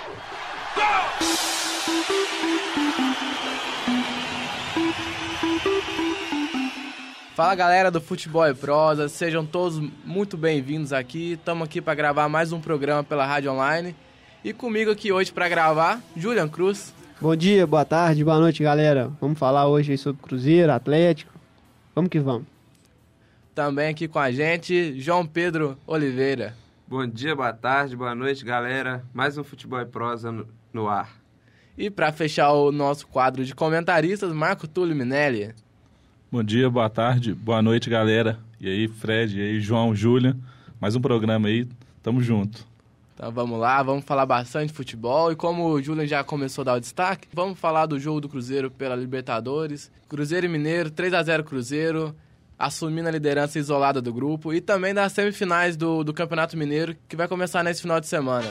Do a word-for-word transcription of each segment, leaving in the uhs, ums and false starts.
Fala galera do Futebol e Prosa, sejam todos muito bem-vindos aqui. Estamos aqui para gravar mais um programa pela Rádio Online. E comigo aqui hoje para gravar, Julian Cruz. Bom dia, boa tarde, boa noite, galera. Vamos falar hoje aí sobre Cruzeiro, Atlético. Vamos que vamos. Também aqui com a gente, João Pedro Oliveira. Bom dia, boa tarde, boa noite, galera. Mais um Futebol e Prosa no, no ar. E para fechar o nosso quadro de comentaristas, Marco Túlio Minelli. Bom dia, boa tarde, boa noite, galera. E aí, Fred, e aí, João, Júlia. Mais um programa aí, tamo junto. Então vamos lá, vamos falar bastante de futebol. E como o Júlia já começou a dar o destaque, vamos falar do jogo do Cruzeiro pela Libertadores. Cruzeiro e Mineiro, três a zero Cruzeiro, assumindo a liderança isolada do grupo. E também das semifinais do, do Campeonato Mineiro, que vai começar nesse final de semana.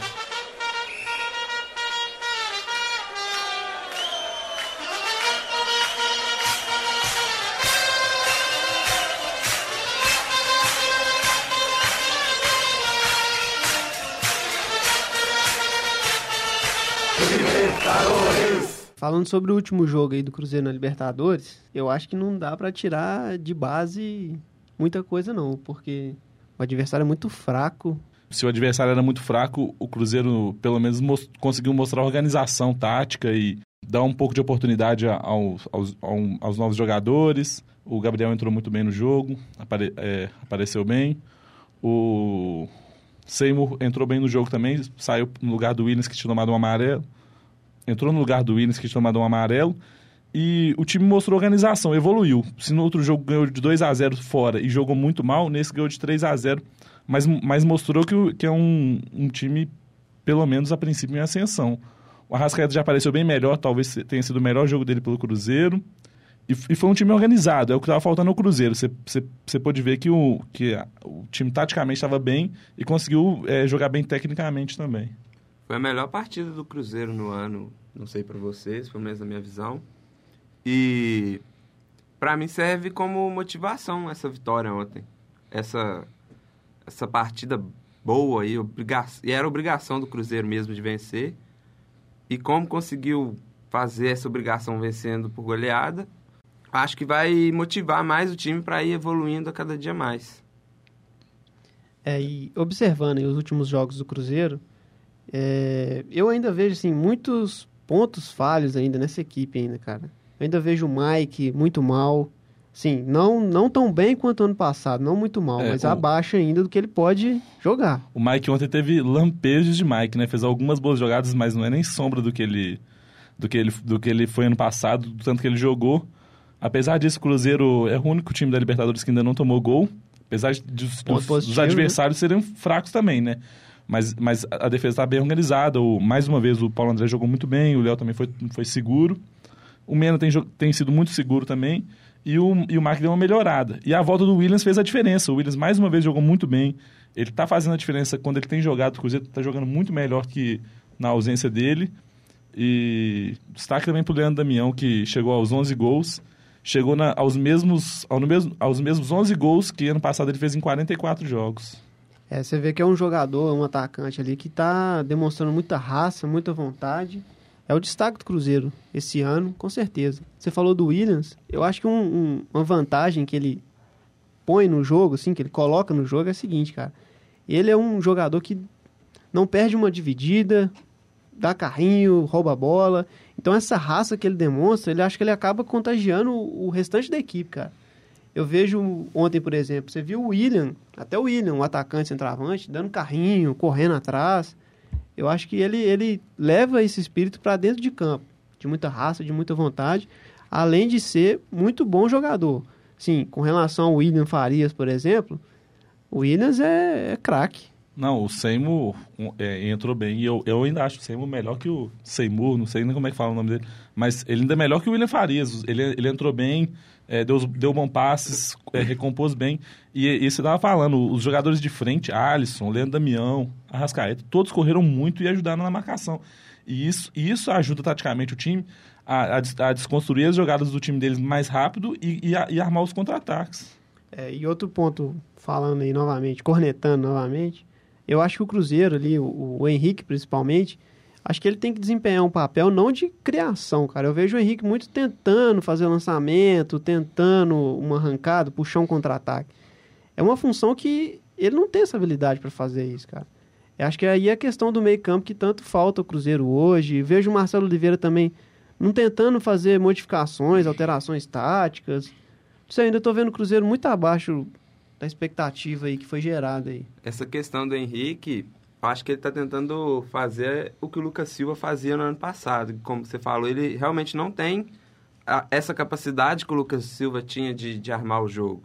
Falando sobre o último jogo aí do Cruzeiro na Libertadores, eu acho que não dá pra tirar de base muita coisa não, porque o adversário é muito fraco. Se o adversário era muito fraco, o Cruzeiro pelo menos most- conseguiu mostrar organização tática e dar um pouco de oportunidade aos, aos, aos novos jogadores. O Gabriel entrou muito bem no jogo, apare- é, apareceu bem. O Seymour entrou bem no jogo também, saiu no lugar do Williams, que tinha tomado um amarelo. Entrou no lugar do Williams, que tinha tomado um amarelo. E o time mostrou organização, evoluiu. Se no outro jogo ganhou de dois a zero fora e jogou muito mal, nesse ganhou de três a zero. Mas, mas mostrou que, o, que é um, um time, pelo menos a princípio, em ascensão. O Arrascaeta já apareceu bem melhor, talvez tenha sido o melhor jogo dele pelo Cruzeiro. E, e foi um time organizado, é o que estava faltando ao Cruzeiro. Você, você, você pôde ver que o, que a, o time taticamente estava bem e conseguiu é, jogar bem tecnicamente também. Foi a melhor partida do Cruzeiro no ano, não sei pra vocês, pelo menos na minha visão. E pra mim serve como motivação essa vitória ontem. Essa, essa partida boa e, obriga- e era obrigação do Cruzeiro mesmo de vencer. E como conseguiu fazer essa obrigação vencendo por goleada, acho que vai motivar mais o time para ir evoluindo a cada dia mais. É, e observando aí os últimos jogos do Cruzeiro, é, eu ainda vejo assim, muitos pontos falhos ainda nessa equipe ainda, cara. Eu ainda vejo o Mike muito mal. Sim, não, não tão bem quanto ano passado, não muito mal, É, mas o- abaixo ainda do que ele pode jogar. O Mike ontem teve lampejos de Mike, né? Fez algumas boas jogadas, mas não é nem sombra do que ele, do que ele, do que ele foi ano passado, do tanto que ele jogou. Apesar disso, o Cruzeiro é o único time da Libertadores que ainda não tomou gol. Apesar de, dos, dos, positivo, dos adversários serem fracos também, né? Mas, mas a defesa está bem organizada. O, mais uma vez, o Paulo André jogou muito bem, o Léo também foi, foi seguro. O Mena tem, jo- tem sido muito seguro também. E o, e o Mark deu uma melhorada. E a volta do Williams fez a diferença. O Williams, mais uma vez, jogou muito bem. Ele está fazendo a diferença quando ele tem jogado. O Cruzeiro está jogando muito melhor que na ausência dele. E destaque também para o Leandro Damião, que chegou aos onze gols. Chegou na, aos, mesmos, ao, no mesmo, aos mesmos onze gols que ano passado ele fez em quarenta e quatro jogos. É, você vê que é um jogador, um atacante ali que está demonstrando muita raça, muita vontade. É o destaque do Cruzeiro esse ano, com certeza. Você falou do Williams, eu acho que um, um, uma vantagem que ele põe no jogo, assim, que ele coloca no jogo é a seguinte, cara. Ele é um jogador que não perde uma dividida, dá carrinho, rouba a bola. Então essa raça que ele demonstra, ele acha que ele acaba contagiando o, o restante da equipe, cara. Eu vejo ontem, por exemplo, você viu o William, até o William, um atacante centroavante, dando carrinho, correndo atrás. Eu acho que ele, ele leva esse espírito para dentro de campo, de muita raça, de muita vontade, além de ser muito bom jogador. Sim, com relação ao William Farias, por exemplo, o Williams é, é craque. Não, o Seymour um, é, entrou bem. E eu, eu ainda acho o Seymour melhor que o Seymour, não sei nem como é que fala o nome dele. Mas ele ainda é melhor que o William Farias. Ele, ele entrou bem, é, deu, deu bons passes, é, recompôs bem. E, e você estava falando, os jogadores de frente, Alisson, Leandro Damião, Arrascaeta, todos correram muito e ajudaram na marcação. E isso, e isso ajuda taticamente o time a, a, a desconstruir as jogadas do time deles mais rápido e, e, a, e armar os contra-ataques. É, e outro ponto, falando aí novamente, cornetando novamente, eu acho que o Cruzeiro ali, o, o Henrique principalmente, acho que ele tem que desempenhar um papel não de criação, cara. Eu vejo o Henrique muito tentando fazer o lançamento, tentando uma arrancada, puxar um contra-ataque. É uma função que ele não tem essa habilidade para fazer isso, cara. Eu acho que aí é a questão do meio campo que tanto falta o Cruzeiro hoje. Vejo o Marcelo Oliveira também não tentando fazer modificações, alterações táticas. Isso ainda estou vendo o Cruzeiro muito abaixo da expectativa aí que foi gerada aí. Essa questão do Henrique, eu acho que ele está tentando fazer o que o Lucas Silva fazia no ano passado. Como você falou, ele realmente não tem a, essa capacidade que o Lucas Silva tinha de, de armar o jogo.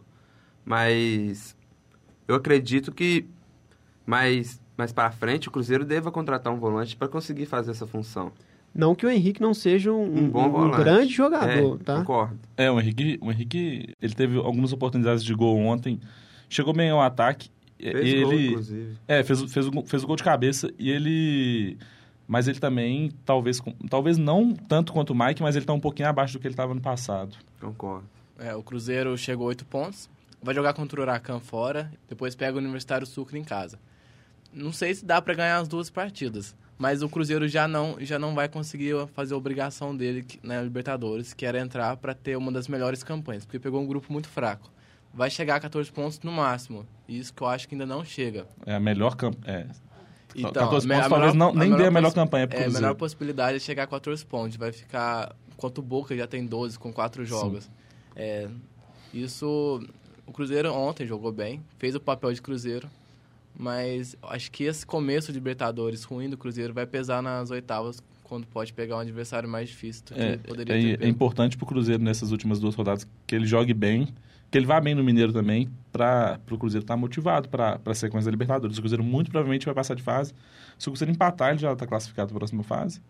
Mas eu acredito que mais, mais para frente o Cruzeiro deva contratar um volante para conseguir fazer essa função. Não que o Henrique não seja um, um, bom um, um grande jogador, é, tá? Concordo. É, o Henrique, o Henrique, ele teve algumas oportunidades de gol ontem, chegou bem ao ataque. Fez ele, gol, inclusive. É, fez, fez, fez o gol de cabeça e ele... Mas ele também, talvez, talvez não tanto quanto o Mike, mas ele está um pouquinho abaixo do que ele estava no passado. Concordo. É, o Cruzeiro chegou a oito pontos, vai jogar contra o Huracan fora, depois pega o Universitário Sucre em casa. Não sei se dá para ganhar as duas partidas, mas o Cruzeiro já não, já não vai conseguir fazer a obrigação dele na, né, Libertadores, que era entrar para ter uma das melhores campanhas, porque pegou um grupo muito fraco. Vai chegar a catorze pontos no máximo, isso que eu acho que ainda não chega. É a melhor campanha. É. Então, catorze a, pontos, a talvez melhor, não, nem a dê a melhor poss... campanha pro é, Cruzeiro. A melhor possibilidade é chegar a catorze pontos. Vai ficar... Enquanto o Boca já tem doze com quatro jogos. É, isso... O Cruzeiro ontem jogou bem. Fez o papel de Cruzeiro. Mas acho que esse começo de Libertadores ruim do Cruzeiro vai pesar nas oitavas, quando pode pegar um adversário mais difícil do que É, poderia é, ter. É importante pro Cruzeiro nessas últimas duas rodadas que ele jogue bem, que ele vá bem no Mineiro também, para o Cruzeiro estar motivado para a sequência da Libertadores. O Cruzeiro muito provavelmente vai passar de fase. Se o Cruzeiro empatar, ele já está classificado para a próxima fase.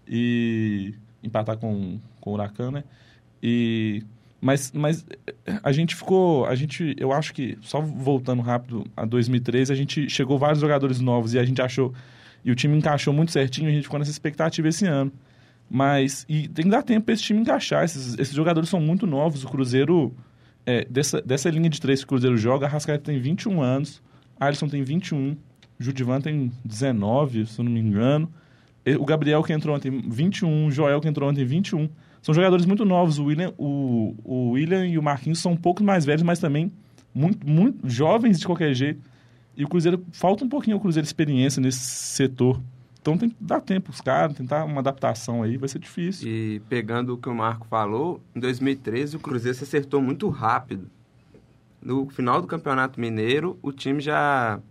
E empatar com, com o Huracan, né? E, mas, mas a gente ficou... A gente, eu acho que, só voltando rápido a dois mil e treze, a gente chegou vários jogadores novos e a gente achou... E o time encaixou muito certinho, a gente ficou nessa expectativa esse ano. Mas... E tem que dar tempo para esse time encaixar. Esses, esses jogadores são muito novos. O Cruzeiro... É, dessa, dessa linha de três que o Cruzeiro joga, a Arrascaeta tem vinte e um anos, Alisson tem vinte e um, Judivan tem dezenove, se eu não me engano. O Gabriel que entrou ontem, vinte e um, o Joel que entrou ontem, vinte e um. São jogadores muito novos. O William, o, o William e o Marquinhos são um pouco mais velhos, mas também muito, muito jovens de qualquer jeito. E o Cruzeiro, falta um pouquinho o Cruzeiro experiência nesse setor. Então tem que dar tempo os caras, tentar uma adaptação aí, vai ser difícil. E pegando o que o Marco falou, em dois mil e treze o Cruzeiro se acertou muito rápido. No final do Campeonato Mineiro, o time já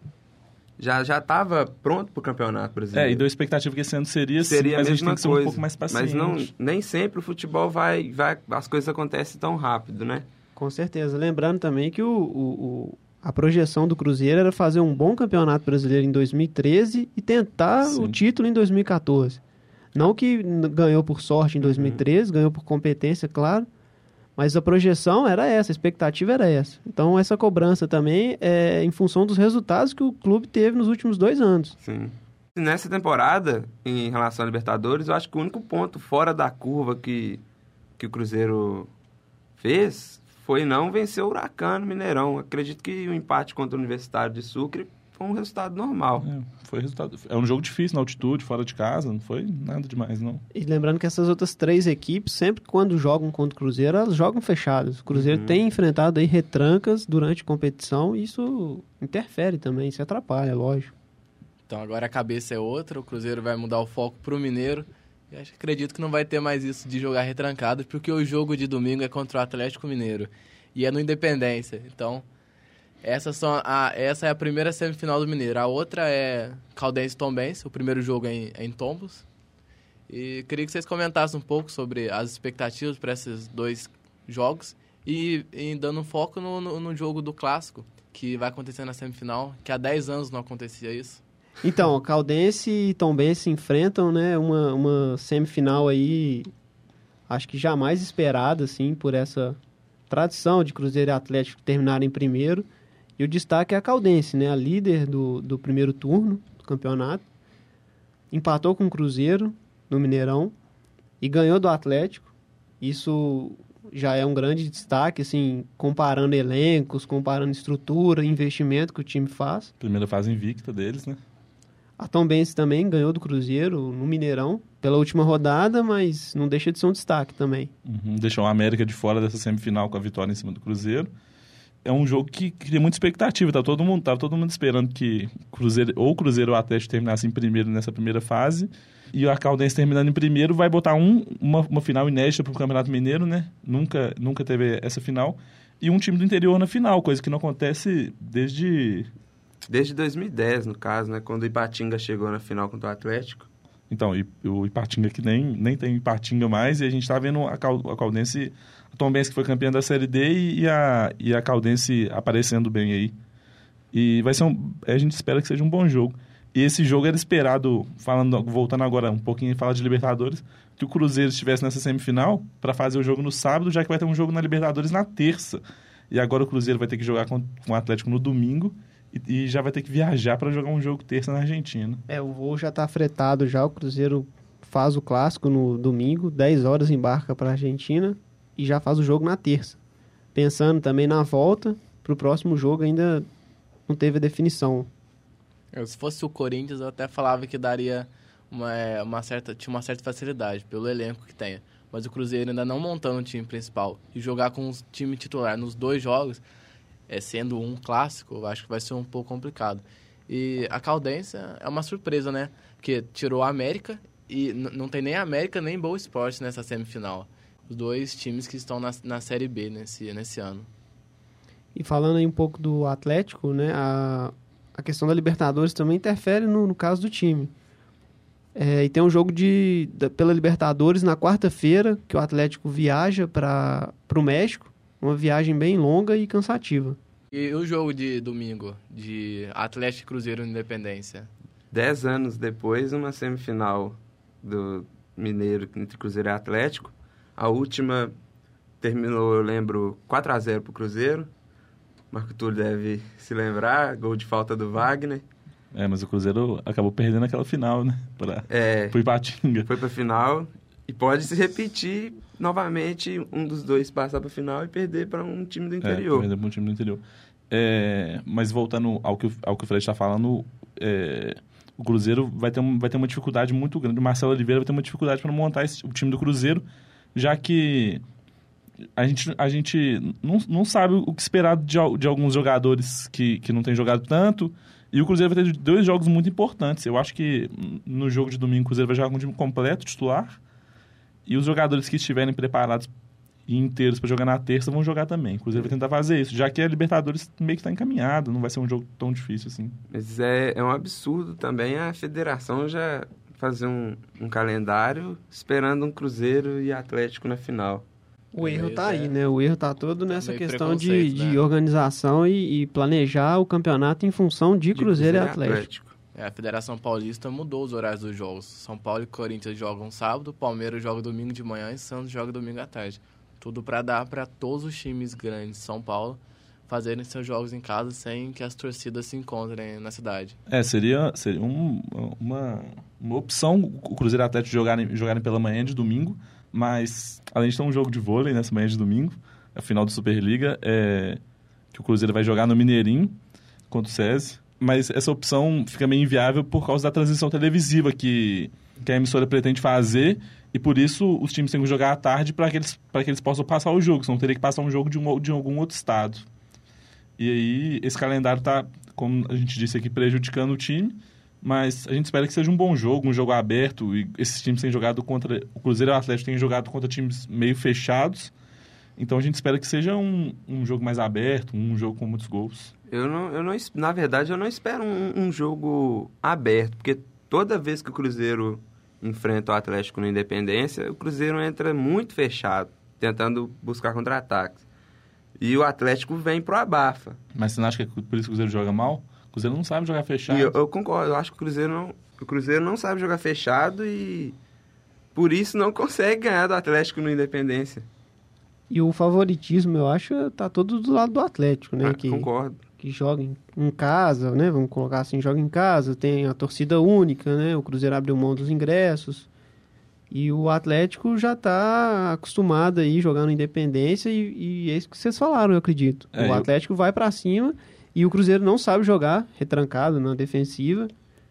já já estava pronto para o Campeonato Brasileiro. É, e deu a expectativa que esse ano seria, seria sim, mas a, a gente tem que ser coisa, um pouco mais paciente. Mas não, nem sempre o futebol vai, vai... As coisas acontecem tão rápido, né? Com certeza. Lembrando também que o... o, o... A projeção do Cruzeiro era fazer um bom campeonato brasileiro em dois mil e treze e tentar Sim. o título em dois mil e quatorze. Não que ganhou por sorte em dois mil e treze, uhum. ganhou por competência, claro, mas a projeção era essa, a expectativa era essa. Então, essa cobrança também é em função dos resultados que o clube teve nos últimos dois anos. Sim. Nessa temporada, em relação à Libertadores, eu acho que o único ponto fora da curva que, que o Cruzeiro fez... foi não vencer o Huracan no Mineirão. Acredito que o empate contra o Universitário de Sucre foi um resultado normal. É, foi resultado. É um jogo difícil na altitude, fora de casa, não foi nada demais, não. E lembrando que essas outras três equipes, sempre quando jogam contra o Cruzeiro, elas jogam fechadas. O Cruzeiro uhum. tem enfrentado aí retrancas durante a competição e isso interfere também, isso atrapalha, lógico. Então agora a cabeça é outra, o Cruzeiro vai mudar o foco para o Mineiro. Eu acho, acredito que não vai ter mais isso de jogar retrancado, porque o jogo de domingo é contra o Atlético Mineiro e é no Independência. Então, essa, são a, essa é a primeira semifinal do Mineiro. A outra é Caldense e Tombense, o primeiro jogo é em, é em Tombos. E queria que vocês comentassem um pouco sobre as expectativas para esses dois jogos e, e dando um foco no, no, no jogo do Clássico, que vai acontecer na semifinal, que há dez anos não acontecia isso. Então, Caldense e Tombense se enfrentam, né, uma, uma semifinal aí, acho que jamais esperada, assim, por essa tradição de Cruzeiro e Atlético terminarem primeiro. E o destaque é a Caldense, né, a líder do, do primeiro turno do campeonato. Empatou com o Cruzeiro no Mineirão e ganhou do Atlético. Isso já é um grande destaque, assim, comparando elencos, comparando estrutura, investimento que o time faz. Primeira fase invicta deles, né? A Tombense também ganhou do Cruzeiro no Mineirão pela última rodada, mas não deixa de ser um destaque também. Uhum, deixou a América de fora dessa semifinal com a vitória em cima do Cruzeiro. É um jogo que cria muita expectativa, tá todo mundo, tá todo mundo esperando que Cruzeiro, ou o Cruzeiro ou o Atlético terminassem em primeiro nessa primeira fase, e a Caldense terminando em primeiro vai botar um, uma, uma final inédita pro Campeonato Mineiro, né? Nunca, nunca teve essa final, e um time do interior na final, coisa que não acontece desde... Desde dois mil e dez, no caso, né? Quando o Ipatinga chegou na final contra o Atlético. Então, e, o Ipatinga que nem, nem tem Ipatinga mais, e a gente tá vendo a, Cal, a Caldense, a Tombense que foi campeã da Série D e, e, a, e a Caldense aparecendo bem aí. E vai ser um, a gente espera que seja um bom jogo. E esse jogo era esperado, falando, voltando agora um pouquinho a falar de Libertadores, que o Cruzeiro estivesse nessa semifinal para fazer o jogo no sábado, já que vai ter um jogo na Libertadores na terça. E agora o Cruzeiro vai ter que jogar com, com o Atlético no domingo, e já vai ter que viajar para jogar um jogo terça na Argentina. É, o voo já está fretado já, o Cruzeiro faz o clássico no domingo, dez horas embarca para a Argentina e já faz o jogo na terça. Pensando também na volta, para o próximo jogo ainda não teve a definição. Eu, se fosse o Corinthians, eu até falava que daria uma, uma certa, tinha uma certa facilidade pelo elenco que tem. Mas o Cruzeiro ainda não montando o time principal e jogar com o time titular nos dois jogos, É, sendo um clássico, eu acho que vai ser um pouco complicado. E a Caldense é uma surpresa, né? Porque tirou a América e n- não tem nem a América nem Boa Esporte nessa semifinal. Os dois times que estão na, na Série B nesse, nesse ano. E falando aí um pouco do Atlético, né? A, a questão da Libertadores também interfere no, no caso do time. É, e tem um jogo de, da, pela Libertadores na quarta-feira, que o Atlético viaja para o México. Uma viagem bem longa e cansativa. E o jogo de domingo, de Atlético e Cruzeiro Independência? Dez anos depois, uma semifinal do Mineiro entre Cruzeiro e Atlético. A última terminou, eu lembro, quatro a zero pro Cruzeiro. Marco Túlio deve se lembrar, gol de falta do Wagner. É, mas o Cruzeiro acabou perdendo aquela final, né? Pra, É, pro Ipatinga. foi pra final e pode se repetir novamente, um dos dois passar pra final e perder para um time do interior. É, perder para um time do interior. É, mas voltando ao que, ao que o Fred está falando, é, o Cruzeiro vai ter, um, vai ter uma dificuldade muito grande. O Marcelo Oliveira vai ter uma dificuldade para montar esse, o time do Cruzeiro, já que a gente, a gente não, não sabe o que esperar de, de alguns jogadores que, que não têm jogado tanto. E o Cruzeiro vai ter dois jogos muito importantes. Eu acho que no jogo de domingo o Cruzeiro vai jogar com um time completo, titular. E os jogadores que estiverem preparados e inteiros para jogar na terça vão jogar também. O Cruzeiro vai tentar fazer isso, já que a Libertadores meio que está encaminhada, não vai ser um jogo tão difícil assim. Mas é, é um absurdo também a federação já fazer um, um calendário esperando um Cruzeiro e Atlético na final. O erro Meio, tá aí, é. né? O erro tá todo nessa meio questão de, preconceito, de né? organização e, e planejar o campeonato em função de, De Cruzeiro, e Atlético. É, a Federação Paulista mudou os horários dos jogos. São Paulo e Corinthians jogam sábado, Palmeiras joga domingo de manhã e Santos joga domingo à tarde. Tudo para dar para todos os times grandes de São Paulo fazerem seus jogos em casa sem que as torcidas se encontrem na cidade. É, seria, seria um, uma, uma opção o Cruzeiro e o Atlético jogarem, jogarem pela manhã de domingo, mas além de ter um jogo de vôlei nessa manhã de domingo, a final da Superliga, é, que o Cruzeiro vai jogar no Mineirinho contra o SESI. Mas essa opção fica meio inviável por causa da transmissão televisiva que, que a emissora pretende fazer, e por isso os times têm que jogar à tarde para que, eles, que eles possam passar o jogo, senão teria que passar um jogo de, um, de algum outro estado. E aí esse calendário está, como a gente disse aqui, prejudicando o time, mas a gente espera que seja um bom jogo, um jogo aberto, e esses times têm jogado contra... O Cruzeiro e o Atlético têm jogado contra times meio fechados, então a gente espera que seja um, um jogo mais aberto, um jogo com muitos gols. Eu não, eu não, na verdade, eu não espero um, um jogo aberto, porque toda vez que o Cruzeiro enfrenta o Atlético na Independência, o Cruzeiro entra muito fechado, tentando buscar contra-ataques. E o Atlético vem pro abafa. Mas você não acha que é por isso que o Cruzeiro joga mal? O Cruzeiro não sabe jogar fechado. E eu, eu concordo, eu acho que o Cruzeiro, não, o Cruzeiro não sabe jogar fechado e por isso não consegue ganhar do Atlético no Independência. E o favoritismo, eu acho, tá todo do lado do Atlético, né? Ah, que, concordo. que joga em, em casa, né? Vamos colocar assim, joga em casa, tem a torcida única, né? O Cruzeiro abriu mão dos ingressos. E o Atlético já tá acostumado aí jogar no Independência e, e é isso que vocês falaram, eu acredito. É, o eu- Atlético vai pra cima e o Cruzeiro não sabe jogar retrancado na defensiva.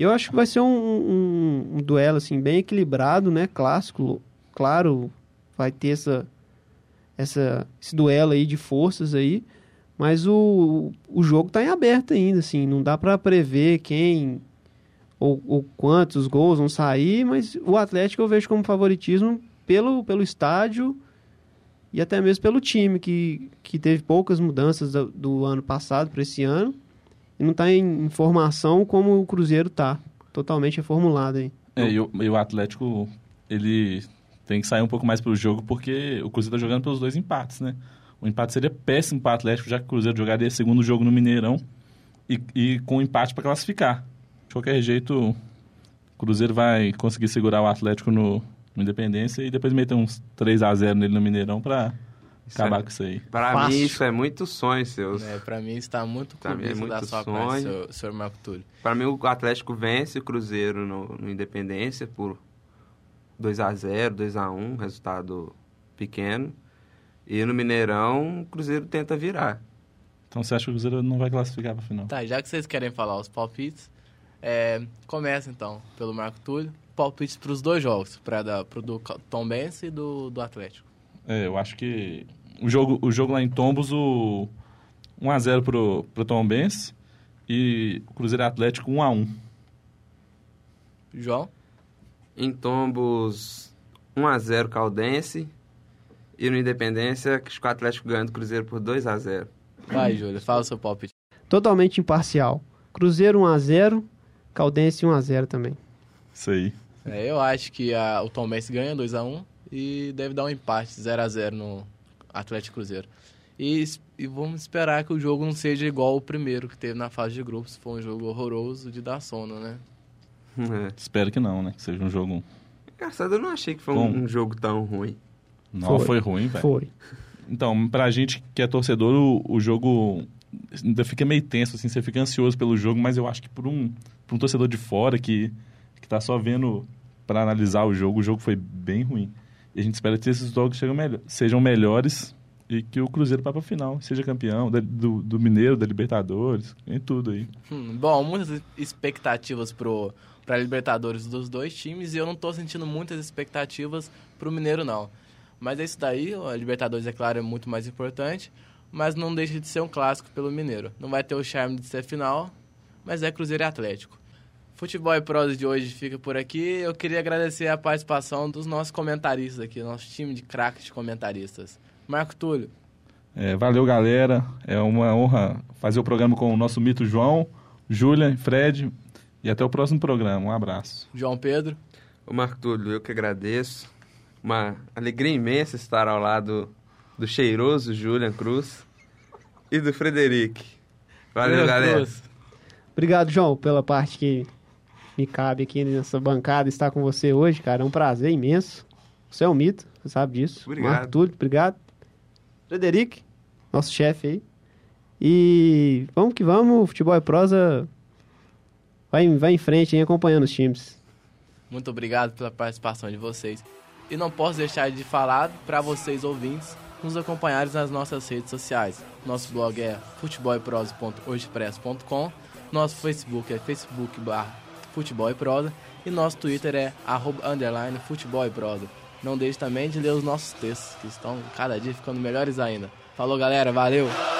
Eu acho que vai ser um, um, um duelo assim, bem equilibrado, né? Clássico, claro, vai ter essa, essa, esse duelo aí de forças aí, mas o, o jogo tá em aberto ainda, assim, não dá para prever quem ou, ou quantos gols vão sair, mas o Atlético eu vejo como favoritismo pelo, pelo estádio e até mesmo pelo time, que, que teve poucas mudanças do, do ano passado para esse ano. E não está em, em formação como o Cruzeiro está. Totalmente reformulado aí. É, e, o, e o Atlético, ele tem que sair um pouco mais pro jogo, porque o Cruzeiro está jogando pelos dois empates, né? O empate seria péssimo para o Atlético, já que o Cruzeiro jogaria segundo jogo no Mineirão e, e com um empate para classificar. De qualquer jeito, o Cruzeiro vai conseguir segurar o Atlético no, no Independência e depois meter uns três a zero nele no Mineirão para acabar é, com isso aí. Pra Fácil. mim, isso é muito sonho, seus. É, pra mim está muito Pra mim é clubista muito da sua sonho. parte, senhor, senhor Marco Túlio. Pra mim, o Atlético vence o Cruzeiro no, no Independência por dois a zero, dois a um, resultado pequeno. E no Mineirão, o Cruzeiro tenta virar. Então você acha que o Cruzeiro não vai classificar para a final? Tá, já que vocês querem falar os palpites, é, começa então pelo Marco Túlio. Palpites para os dois jogos, para pro do Tombense e do, do Atlético. É, eu acho que o jogo, o jogo lá em Tombos, o um a zero pro, pro Tombense e o Cruzeiro Atlético um a um. João? Em Tombos, um a zero Caldense. E no Independência, que o Atlético ganha do Cruzeiro por dois a zero. Vai, Júlio, fala o seu palpite. Totalmente imparcial. Cruzeiro um a zero, Caldense um a zero também. Isso aí. É, eu acho que a, o Tombense ganha dois a um e deve dar um empate zero a zero no Atlético Cruzeiro. E, e vamos esperar que o jogo não seja igual o primeiro que teve na fase de grupos. Foi um jogo horroroso de dar sono, né? É. Espero que não, né? Que seja um jogo... Engraçado, eu não achei que foi Bom. um, um jogo tão ruim. Não, Foi. foi ruim, velho. Foi. Então, pra gente que é torcedor, o, o jogo ainda fica meio tenso, assim, você fica ansioso pelo jogo, mas eu acho que por um, por um torcedor de fora que, que tá só vendo pra analisar o jogo, o jogo foi bem ruim. E a gente espera que esses jogos sejam, melhor, sejam melhores e que o Cruzeiro vá pra final, seja campeão da, do, do Mineiro, da Libertadores, em tudo aí. Hum, bom, muitas expectativas pro, pra Libertadores dos dois times e eu não tô sentindo muitas expectativas pro Mineiro, não. Mas é isso daí, a Libertadores, é claro, é muito mais importante, mas não deixa de ser um clássico pelo Mineiro. Não vai ter o charme de ser final, mas é Cruzeiro e Atlético. Futebol e Prosa de hoje fica por aqui. Eu queria agradecer a participação dos nossos comentaristas aqui, nosso time de craques de comentaristas. Marco Túlio. É, valeu, galera. É uma honra fazer o programa com o nosso mito João, Júlia, Fred, e até o próximo programa. Um abraço. João Pedro. Ô Marco Túlio, eu que agradeço. Uma alegria imensa estar ao lado do cheiroso Julian Cruz e do Frederic. Valeu, Julian galera. Cruz. Obrigado, João, pela parte que me cabe aqui nessa bancada estar com você hoje, cara. É um prazer imenso. Você é um mito, você sabe disso. Obrigado. Marco Túlio, obrigado. Frederic, nosso chefe aí. E vamos que vamos, Futebol e Prosa vai, vai em frente, hein, acompanhando os times. Muito obrigado pela participação de vocês. E não posso deixar de falar para vocês ouvintes nos acompanharem nas nossas redes sociais. Nosso blog é futebol e prosa ponto wordpress ponto com, nosso Facebook é facebook barra futebol e prosa e nosso Twitter é arroba underline futebol e prosa. Não deixe também de ler os nossos textos, que estão cada dia ficando melhores ainda. Falou, galera, valeu!